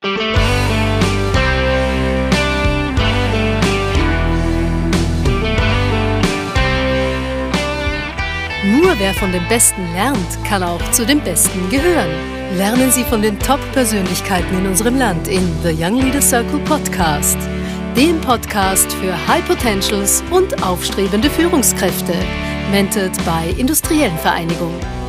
Nur wer von den Besten lernt, kann auch zu den Besten gehören. Lernen Sie von den Top-Persönlichkeiten in unserem Land in The Young Leaders Circle Podcast, dem Podcast für High Potentials und aufstrebende Führungskräfte, mentored bei Industriellen Vereinigung.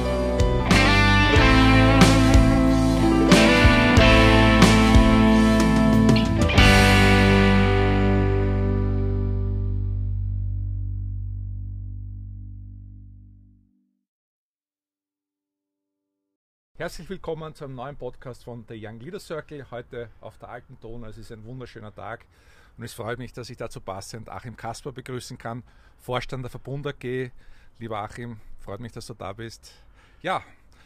Herzlich willkommen zu einem neuen Podcast von The Young Leaders Circle, heute auf der Alten Donau. Es ist ein wunderschöner Tag und es freut mich, dass ich dazu passend Achim Kasper begrüßen kann, Vorstand der Verbund AG. Lieber Achim, freut mich, dass du da bist. Ja,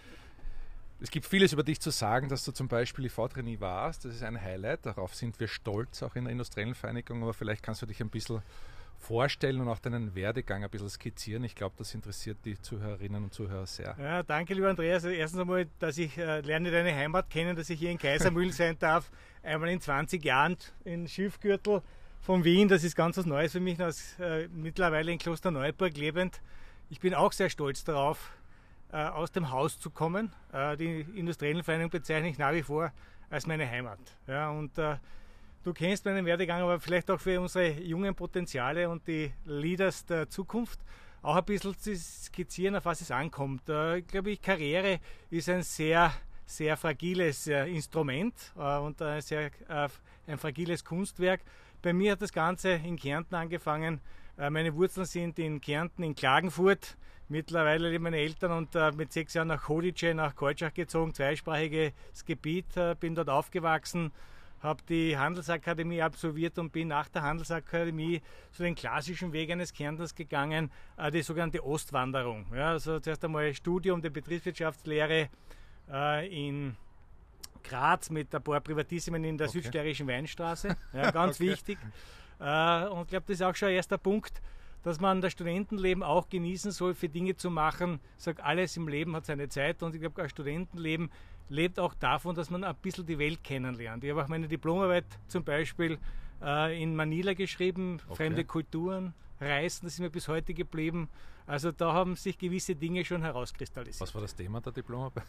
es gibt vieles über dich zu sagen, dass du zum Beispiel IV-Trainee warst. Das ist ein Highlight, darauf sind wir stolz, auch in der Industriellen Vereinigung, aber vielleicht kannst du dich ein bisschen vorstellen und auch deinen Werdegang ein bisschen skizzieren. Ich glaube, das interessiert die Zuhörerinnen und Zuhörer sehr. Ja, danke, lieber Andreas. Also erstens einmal, dass ich lerne deine Heimat kennen, dass ich hier in Kaisermühlen sein darf. Einmal in 20 Jahren in Schiffgürtel von Wien. Das ist ganz was Neues für mich, als mittlerweile in Klosterneuburg lebend. Ich bin auch sehr stolz darauf, aus dem Haus zu kommen. Die Industriellen Vereinigung bezeichne ich nach wie vor als meine Heimat. Ja, und du kennst meinen Werdegang, aber vielleicht auch für unsere jungen Potenziale und die Leaders der Zukunft auch ein bisschen zu skizzieren, auf was es ankommt. Ich glaube, Karriere ist ein sehr, sehr fragiles Instrument und ein fragiles Kunstwerk. Bei mir hat das Ganze in Kärnten angefangen. Meine Wurzeln sind in Kärnten, in Klagenfurt. Mittlerweile leben meine Eltern und mit 6 Jahren nach Chodice, nach Koltschach gezogen, zweisprachiges Gebiet, bin dort aufgewachsen. Habe die Handelsakademie absolviert und bin nach der Handelsakademie so den klassischen Weg eines Kärntners gegangen, die sogenannte Ostwanderung. Ja, also zuerst einmal Studium der Betriebswirtschaftslehre in Graz mit ein paar Privatismen in der südsteirischen Weinstraße. Ja, ganz wichtig. Und ich glaube, das ist auch schon ein erster Punkt, dass man das Studentenleben auch genießen soll, für Dinge zu machen. Ich sage, alles im Leben hat seine Zeit und ich glaube, ein Studentenleben lebt auch davon, dass man ein bisschen die Welt kennenlernt. Ich habe auch meine Diplomarbeit zum Beispiel in Manila geschrieben, fremde Kulturen, Reisen, das ist mir bis heute geblieben. Also da haben sich gewisse Dinge schon herauskristallisiert. Was war das Thema der Diplomarbeit?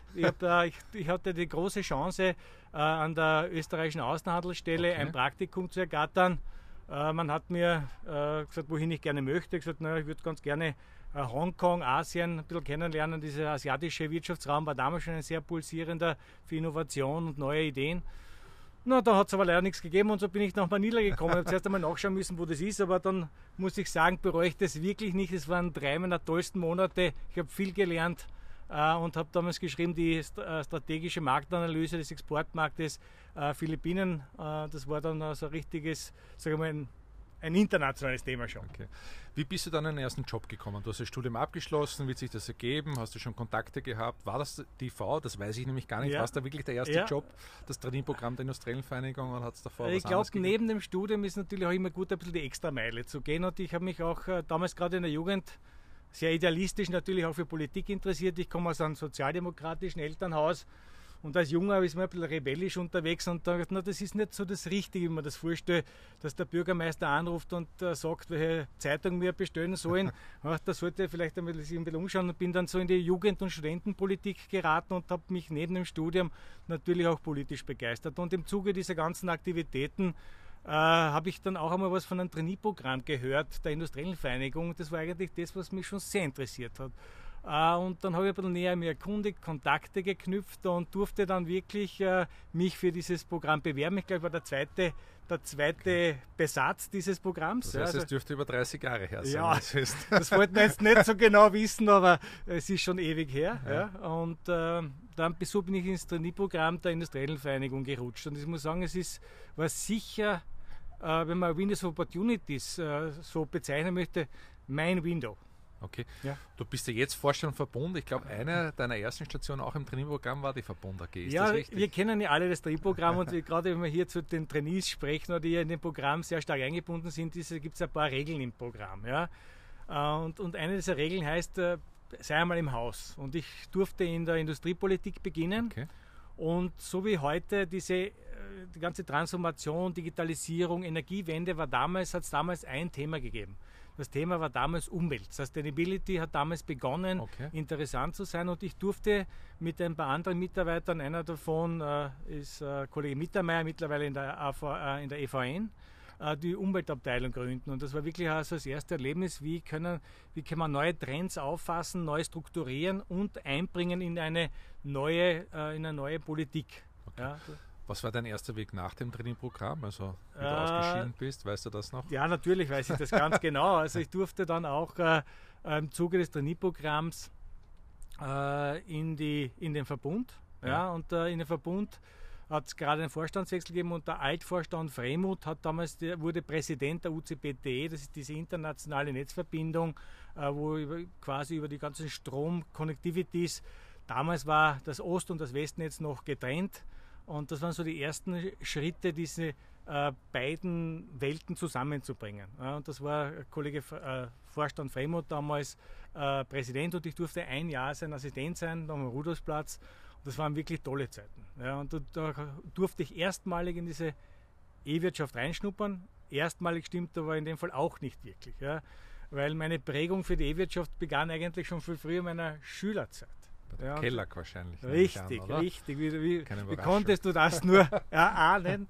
Ich hatte die große Chance, an der österreichischen Außenhandelsstelle ein Praktikum zu ergattern. Man hat mir gesagt, wohin ich gerne möchte. Ich habe gesagt, ich würde ganz gerne Hongkong, Asien ein bisschen kennenlernen. Dieser asiatische Wirtschaftsraum war damals schon ein sehr pulsierender für Innovation und neue Ideen. Na, da hat es aber leider nichts gegeben und so bin ich nach Manila gekommen. Ich habe zuerst einmal nachschauen müssen, wo das ist, aber dann muss ich sagen, bereue ich das wirklich nicht. Es waren 3 meiner tollsten Monate. Ich habe viel gelernt und habe damals geschrieben, die strategische Marktanalyse des Exportmarktes Philippinen. Das war dann so ein richtiges, sagen wir mal, ein internationales Thema schon. Okay. Wie bist du dann in den ersten Job gekommen? Du hast das Studium abgeschlossen, wird sich das ergeben? Hast du schon Kontakte gehabt? War das die IV? Das weiß ich nämlich gar nicht. War es da wirklich der erste Job, das Trainee-Programm der Industriellen Vereinigung, oder hat es davor was anderes gegeben? Ich glaube, neben dem Studium ist natürlich auch immer gut, ein bisschen die Extrameile zu gehen und ich habe mich auch damals gerade in der Jugend sehr idealistisch natürlich auch für Politik interessiert. Ich komme aus einem sozialdemokratischen Elternhaus. Und als Junger ist man ein bisschen rebellisch unterwegs und dachte, das ist nicht so das Richtige, wie man das vorstellt, dass der Bürgermeister anruft und sagt, welche Zeitung wir bestellen sollen. Da sollte ich vielleicht ein bisschen umschauen und bin dann so in die Jugend- und Studentenpolitik geraten und habe mich neben dem Studium natürlich auch politisch begeistert. Und im Zuge dieser ganzen Aktivitäten habe ich dann auch einmal was von einem Trainee-Programm gehört, der Industriellen Vereinigung. Das war eigentlich das, was mich schon sehr interessiert hat. Und dann habe ich ein bisschen näher mich erkundigt, Kontakte geknüpft und durfte dann wirklich mich für dieses Programm bewerben. Ich glaube, war der zweite Besatz dieses Programms. Das heißt, es dürfte über 30 Jahre her sein. Ja, das wollten wir jetzt nicht so genau wissen, aber es ist schon ewig her. Ja. Ja. Und dann so bin ich ins Trainee-Programm der Industriellen Vereinigung gerutscht. Und ich muss sagen, war sicher, wenn man Windows of Opportunities so bezeichnen möchte, mein Window. Okay. Ja. Du bist ja jetzt Vorstand Verbund. Ich glaube, eine deiner ersten Stationen auch im Trainee-Programm war die Verbund AG. Ist das richtig? Wir kennen ja alle das Trainee-Programm und gerade wenn wir hier zu den Trainees sprechen oder die in dem Programm sehr stark eingebunden sind, gibt es ein paar Regeln im Programm. Ja? Und eine dieser Regeln heißt, sei einmal im Haus. Und ich durfte in der Industriepolitik beginnen. Okay. Und so wie heute diese die ganze Transformation, Digitalisierung, Energiewende hat es damals ein Thema gegeben. Das Thema war damals Umwelt. Sustainability hat damals begonnen, interessant zu sein, und ich durfte mit ein paar anderen Mitarbeitern, einer davon ist Kollege Mittermeier, mittlerweile in der EVN, die Umweltabteilung gründen. Und das war wirklich also das erste Erlebnis, wie kann man neue Trends auffassen, neu strukturieren und einbringen in eine neue Politik. Okay. Ja. Was war dein erster Weg nach dem Trainingprogramm, also wie du ausgeschieden bist, weißt du das noch? Ja, natürlich weiß ich das ganz genau. Also ich durfte dann auch im Zuge des Trainingprogramms in den Verbund. Ja, und in den Verbund hat es gerade einen Vorstandswechsel gegeben, und der Altvorstand Fremuth wurde Präsident der UCPTE, das ist diese internationale Netzverbindung, wo quasi über die ganzen Strom-Connectivities, damals war das Ost- und das Westnetz noch getrennt, und das waren so die ersten Schritte, diese beiden Welten zusammenzubringen. Ja, und das war Kollege Vorstand Fremuth damals Präsident, und ich durfte ein Jahr sein Assistent sein am Rudolfsplatz. Das waren wirklich tolle Zeiten. Ja, und da durfte ich erstmalig in diese E-Wirtschaft reinschnuppern. Erstmalig stimmt aber in dem Fall auch nicht wirklich. Ja, weil meine Prägung für die E-Wirtschaft begann eigentlich schon viel früher in meiner Schülerzeit. Bei der Kellack wahrscheinlich. Richtig, richtig. Wie konntest du das nur erahnen?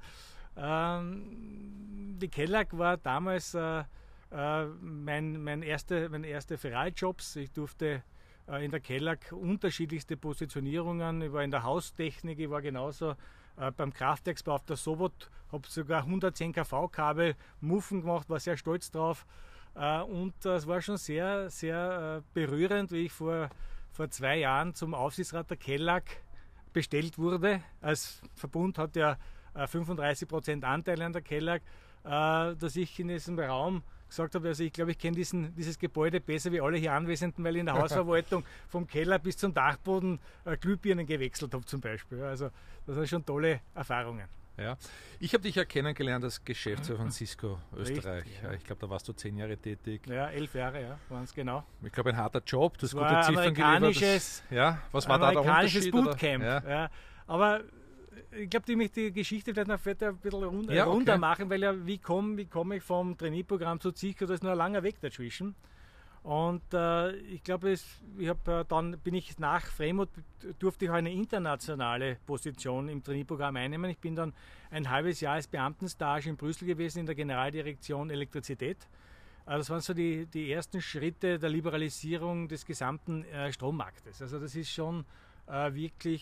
Die Kellack war damals meine erste Ferialjobs. Ich durfte in der Kellack unterschiedlichste Positionierungen. Ich war in der Haustechnik, ich war genauso beim Kraftwerksbau auf der Sobot, habe sogar 110 kV-Kabel, Muffen gemacht, war sehr stolz drauf. Und es war schon sehr, sehr berührend, wie ich vor 2 Jahren zum Aufsichtsrat der Kellack bestellt wurde. Als Verbund hat ja 35% Anteile an der Kellack, dass ich in diesem Raum gesagt habe, also ich glaube, ich kenne dieses Gebäude besser wie alle hier Anwesenden, weil ich in der Hausverwaltung vom Keller bis zum Dachboden Glühbirnen gewechselt habe zum Beispiel. Also das sind schon tolle Erfahrungen. Ja. Ich habe dich ja kennengelernt als Geschäftsführer von Cisco Österreich. Richtig, ja. Ich glaube, da warst du 10 Jahre tätig. Ja, 11 Jahre, ja, waren es genau. Ich glaube, ein harter Job, du hast gute Ziffern geliefert. Ja, was war da der Unterschied? Bootcamp. Ja. Aber ich glaube, ich möchte die Geschichte vielleicht noch ein bisschen runter machen, weil ja, wie komme ich vom Trainierprogramm zu Cisco, da ist noch ein langer Weg dazwischen. Und ich glaube, dann bin ich nach Fremuth, durfte ich eine internationale Position im Trainierprogramm einnehmen. Ich bin dann ein halbes Jahr als Beamtenstage in Brüssel gewesen in der Generaldirektion Elektrizität. Das waren so die ersten Schritte der Liberalisierung des gesamten Strommarktes. Also das ist schon wirklich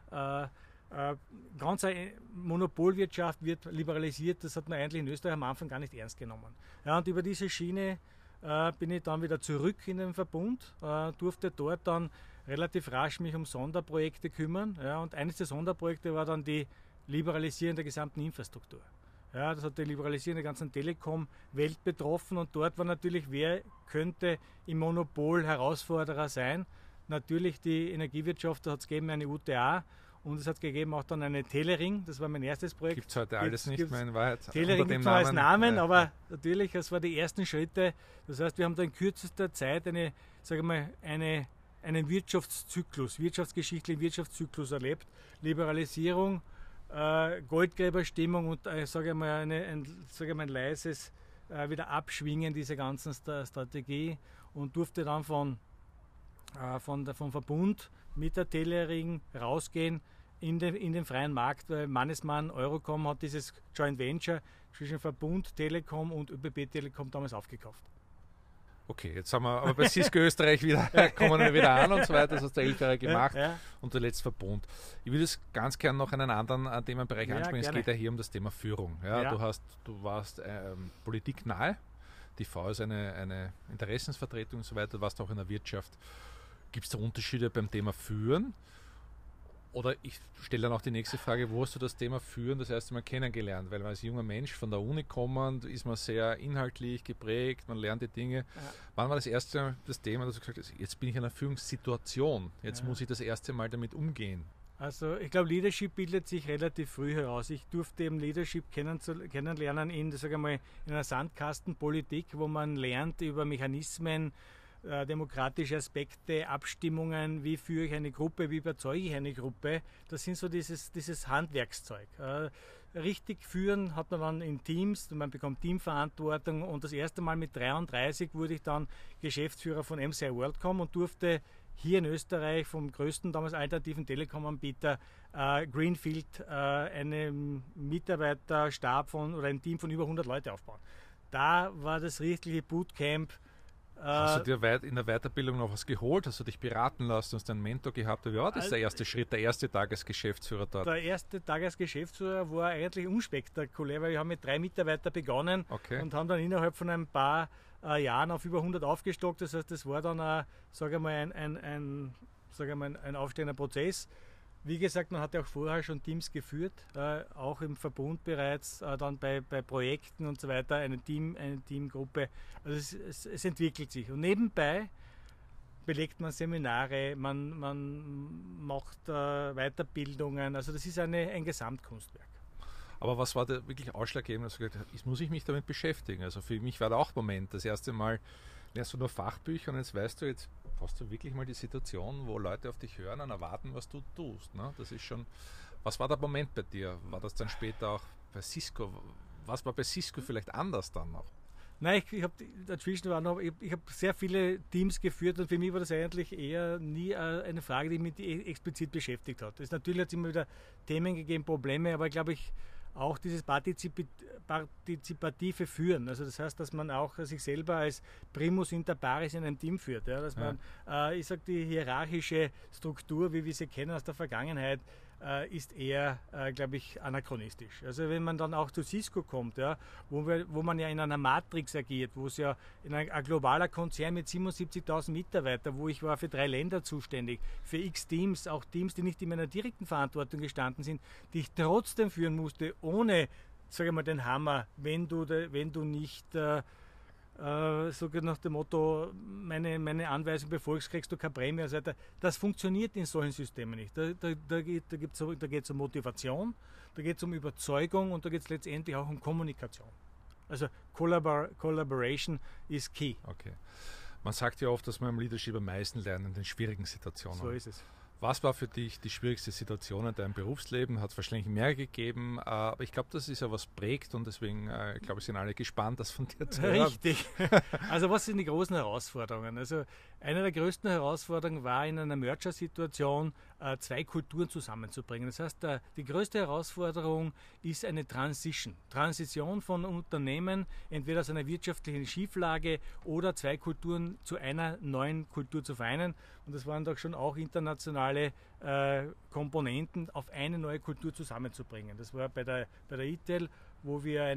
ganz eine Monopolwirtschaft wird liberalisiert. Das hat man eigentlich in Österreich am Anfang gar nicht ernst genommen. Ja, und über diese Schiene bin ich dann wieder zurück in den Verbund, durfte dort dann relativ rasch mich um Sonderprojekte kümmern. Ja, und eines der Sonderprojekte war dann die Liberalisierung der gesamten Infrastruktur. Ja, das hat die Liberalisierung der ganzen Telekom-Welt betroffen, und dort war natürlich, wer könnte im Monopol Herausforderer sein? Natürlich die Energiewirtschaft, da hat es gegeben eine UTA. Und es hat gegeben auch dann eine Telering, das war mein erstes Projekt. Gibt es heute alles nicht mehr in Wahrheit. Telering gibt es noch als Namen, aber natürlich, das waren die ersten Schritte. Das heißt, wir haben da in kürzester Zeit einen wirtschaftsgeschichtlichen Wirtschaftszyklus erlebt. Liberalisierung, Goldgräberstimmung und ein leises wieder Abschwingen dieser ganzen Strategie, und durfte dann vom Verbund mit der Telering rausgehen in den freien Markt, weil Mannesmann Eurocom hat dieses Joint Venture zwischen Verbund, Telekom und ÖBB Telekom damals aufgekauft. Okay, jetzt haben wir aber bei Cisco Österreich kommen wir wieder an und so weiter, das hast du 11 Jahre gemacht und zuletzt Verbund. Ich würde jetzt ganz gerne noch einen anderen Themenbereich ansprechen. Es geht ja hier um das Thema Führung. Ja. Du warst politiknahe, die V ist eine Interessensvertretung und so weiter, du warst auch in der Wirtschaft. Gibt es da Unterschiede beim Thema Führen? Oder ich stelle dann auch die nächste Frage, wo hast du das Thema Führen das erste Mal kennengelernt? Weil man als junger Mensch von der Uni kommend, ist man sehr inhaltlich geprägt, man lernt die Dinge. Ja. Wann war das erste das Thema, dass du gesagt hast, jetzt bin ich in einer Führungssituation, jetzt muss ich das erste Mal damit umgehen? Also ich glaube, Leadership bildet sich relativ früh heraus. Ich durfte eben Leadership kennenlernen in einer Sandkastenpolitik, wo man lernt über Mechanismen, demokratische Aspekte, Abstimmungen, wie führe ich eine Gruppe, wie überzeuge ich eine Gruppe. Das sind so dieses Handwerkszeug. richtig führen hat man dann in Teams, man bekommt Teamverantwortung und das erste Mal mit 33 wurde ich dann Geschäftsführer von MCI WorldCom und durfte hier in Österreich vom größten damals alternativen Telekom-Anbieter Greenfield einen Mitarbeiterstab oder ein Team von über 100 Leute aufbauen. Da war das richtige Bootcamp. Hast du dir in der Weiterbildung noch was geholt? Hast du dich beraten lassen? Hast du einen Mentor gehabt? Wie war das der erste Schritt, der erste Tag als Geschäftsführer dort? Der erste Tag als Geschäftsführer war eigentlich unspektakulär, weil wir haben mit 3 Mitarbeitern begonnen und haben dann innerhalb von ein paar Jahren auf über 100 aufgestockt. Das heißt, das war dann ein aufstehender Prozess. Wie gesagt, man hatte auch vorher schon Teams geführt, auch im Verbund bereits, dann bei Projekten und so weiter, eine Teamgruppe. Also es entwickelt sich. Und nebenbei belegt man Seminare, man macht Weiterbildungen. Also das ist ein Gesamtkunstwerk. Aber was war da wirklich ausschlaggebend, dass du gesagt hast, muss ich mich damit beschäftigen? Also für mich war da auch Moment, das erste Mal lernst du nur Fachbücher und jetzt weißt du, jetzt hast du wirklich mal die Situation, wo Leute auf dich hören und erwarten, was du tust. Ne? Das ist schon. Was war der Moment bei dir? War das dann später auch bei Cisco? Was war bei Cisco vielleicht anders dann noch? Nein, ich habe sehr viele Teams geführt und für mich war das eigentlich eher nie eine Frage, die mich explizit beschäftigt hat. Natürlich hat es immer wieder Themen gegeben, Probleme, aber glaube ich auch dieses partizipative Führen. Also das heißt, dass man auch sich selber als Primus inter pares in einem Team führt. Ja? Dass man, ich sage, die hierarchische Struktur, wie wir sie kennen aus der Vergangenheit, ist eher, glaube ich, anachronistisch. Also wenn man dann auch zu Cisco kommt, ja, wo man ja in einer Matrix agiert, wo es ja in ein globaler Konzern mit 77.000 Mitarbeitern, wo ich war für 3 Länder zuständig, für x Teams, auch Teams, die nicht in meiner direkten Verantwortung gestanden sind, die ich trotzdem führen musste, ohne, sage ich mal, den Hammer, wenn du nicht sogar nach dem Motto, meine Anweisung befolgst, kriegst du keine Prämie. Also das funktioniert in solchen Systemen nicht. Da geht es um Motivation, da geht es um Überzeugung und da geht es letztendlich auch um Kommunikation. Also Collaboration ist key. Okay. Man sagt ja oft, dass man im Leadership am meisten lernt in den schwierigen Situationen. So ist es. Was war für dich die schwierigste Situation in deinem Berufsleben? Hat es wahrscheinlich mehr gegeben, aber ich glaube, das ist ja was prägt und deswegen, glaube ich, sind alle gespannt, das von dir zu hören. Richtig. Also was sind die großen Herausforderungen? Also eine der größten Herausforderungen war in einer Merger-Situation 2 Kulturen zusammenzubringen. Das heißt, die größte Herausforderung ist eine Transition von Unternehmen, entweder aus einer wirtschaftlichen Schieflage oder 2 Kulturen zu einer neuen Kultur zu vereinen. Und das waren doch schon auch internationale Komponenten, auf eine neue Kultur zusammenzubringen. Das war bei der ITEL, wo wir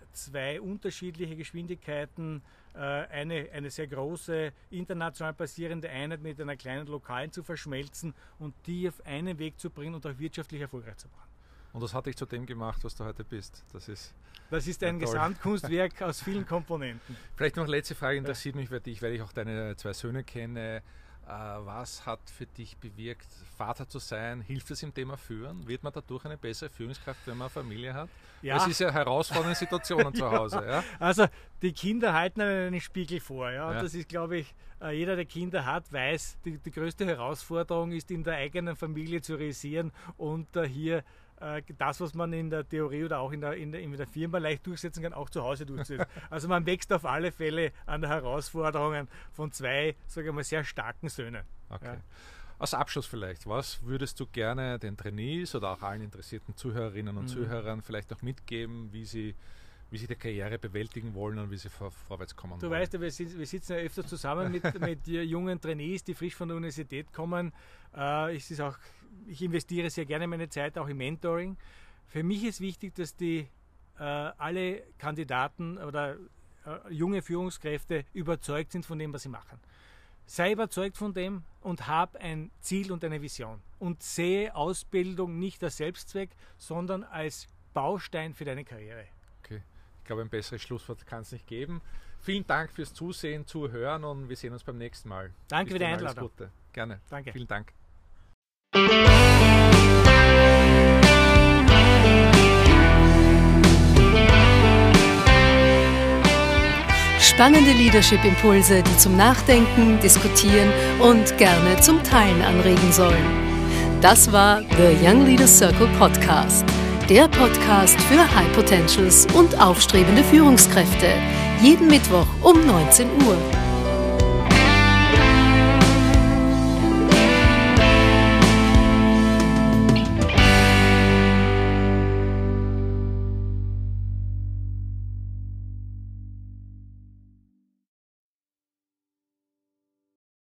2 unterschiedliche Geschwindigkeiten, eine sehr große international basierende Einheit mit einer kleinen lokalen zu verschmelzen und die auf einen Weg zu bringen und auch wirtschaftlich erfolgreich zu machen. Und das hat dich zu dem gemacht, was du heute bist. Das ist ein Gesamtkunstwerk aus vielen Komponenten. Vielleicht noch letzte Frage, interessiert mich für dich, weil ich auch deine 2 Söhne kenne. Was hat für dich bewirkt, Vater zu sein? Hilft es im Thema Führen? Wird man dadurch eine bessere Führungskraft, wenn man eine Familie hat? Ja. Es ist ja herausfordernde Situationen zu Hause. Ja? Also die Kinder halten einen Spiegel vor. Ja? Ja. Das ist, glaube ich, jeder, der Kinder hat, weiß, die größte Herausforderung ist, in der eigenen Familie zu realisieren und hier das, was man in der Theorie oder auch in der Firma leicht durchsetzen kann, auch zu Hause durchsetzen. Also man wächst auf alle Fälle an den Herausforderungen von 2, sage ich mal, sehr starken Söhnen. Okay. Ja. Als Abschluss vielleicht, was würdest du gerne den Trainees oder auch allen interessierten Zuhörerinnen und Zuhörern vielleicht noch mitgeben, wie sie die Karriere bewältigen wollen und wie sie vorwärts kommen wollen? Du weißt ja, wir sitzen ja öfter zusammen mit jungen Trainees, die frisch von der Universität kommen. Ich investiere sehr gerne meine Zeit auch im Mentoring. Für mich ist wichtig, dass alle Kandidaten oder junge Führungskräfte überzeugt sind von dem, was sie machen. Sei überzeugt von dem und hab ein Ziel und eine Vision. Und sehe Ausbildung nicht als Selbstzweck, sondern als Baustein für deine Karriere. Okay, ich glaube, ein besseres Schlusswort kann es nicht geben. Vielen Dank fürs Zusehen, Zuhören und wir sehen uns beim nächsten Mal. Danke für die Einladung. Alles Gute. Gerne. Danke. Vielen Dank. Spannende Leadership-Impulse, die zum Nachdenken, Diskutieren und gerne zum Teilen anregen sollen. Das war The Young Leaders Circle Podcast. der Podcast für High Potentials und aufstrebende Führungskräfte. Jeden Mittwoch um 19 Uhr.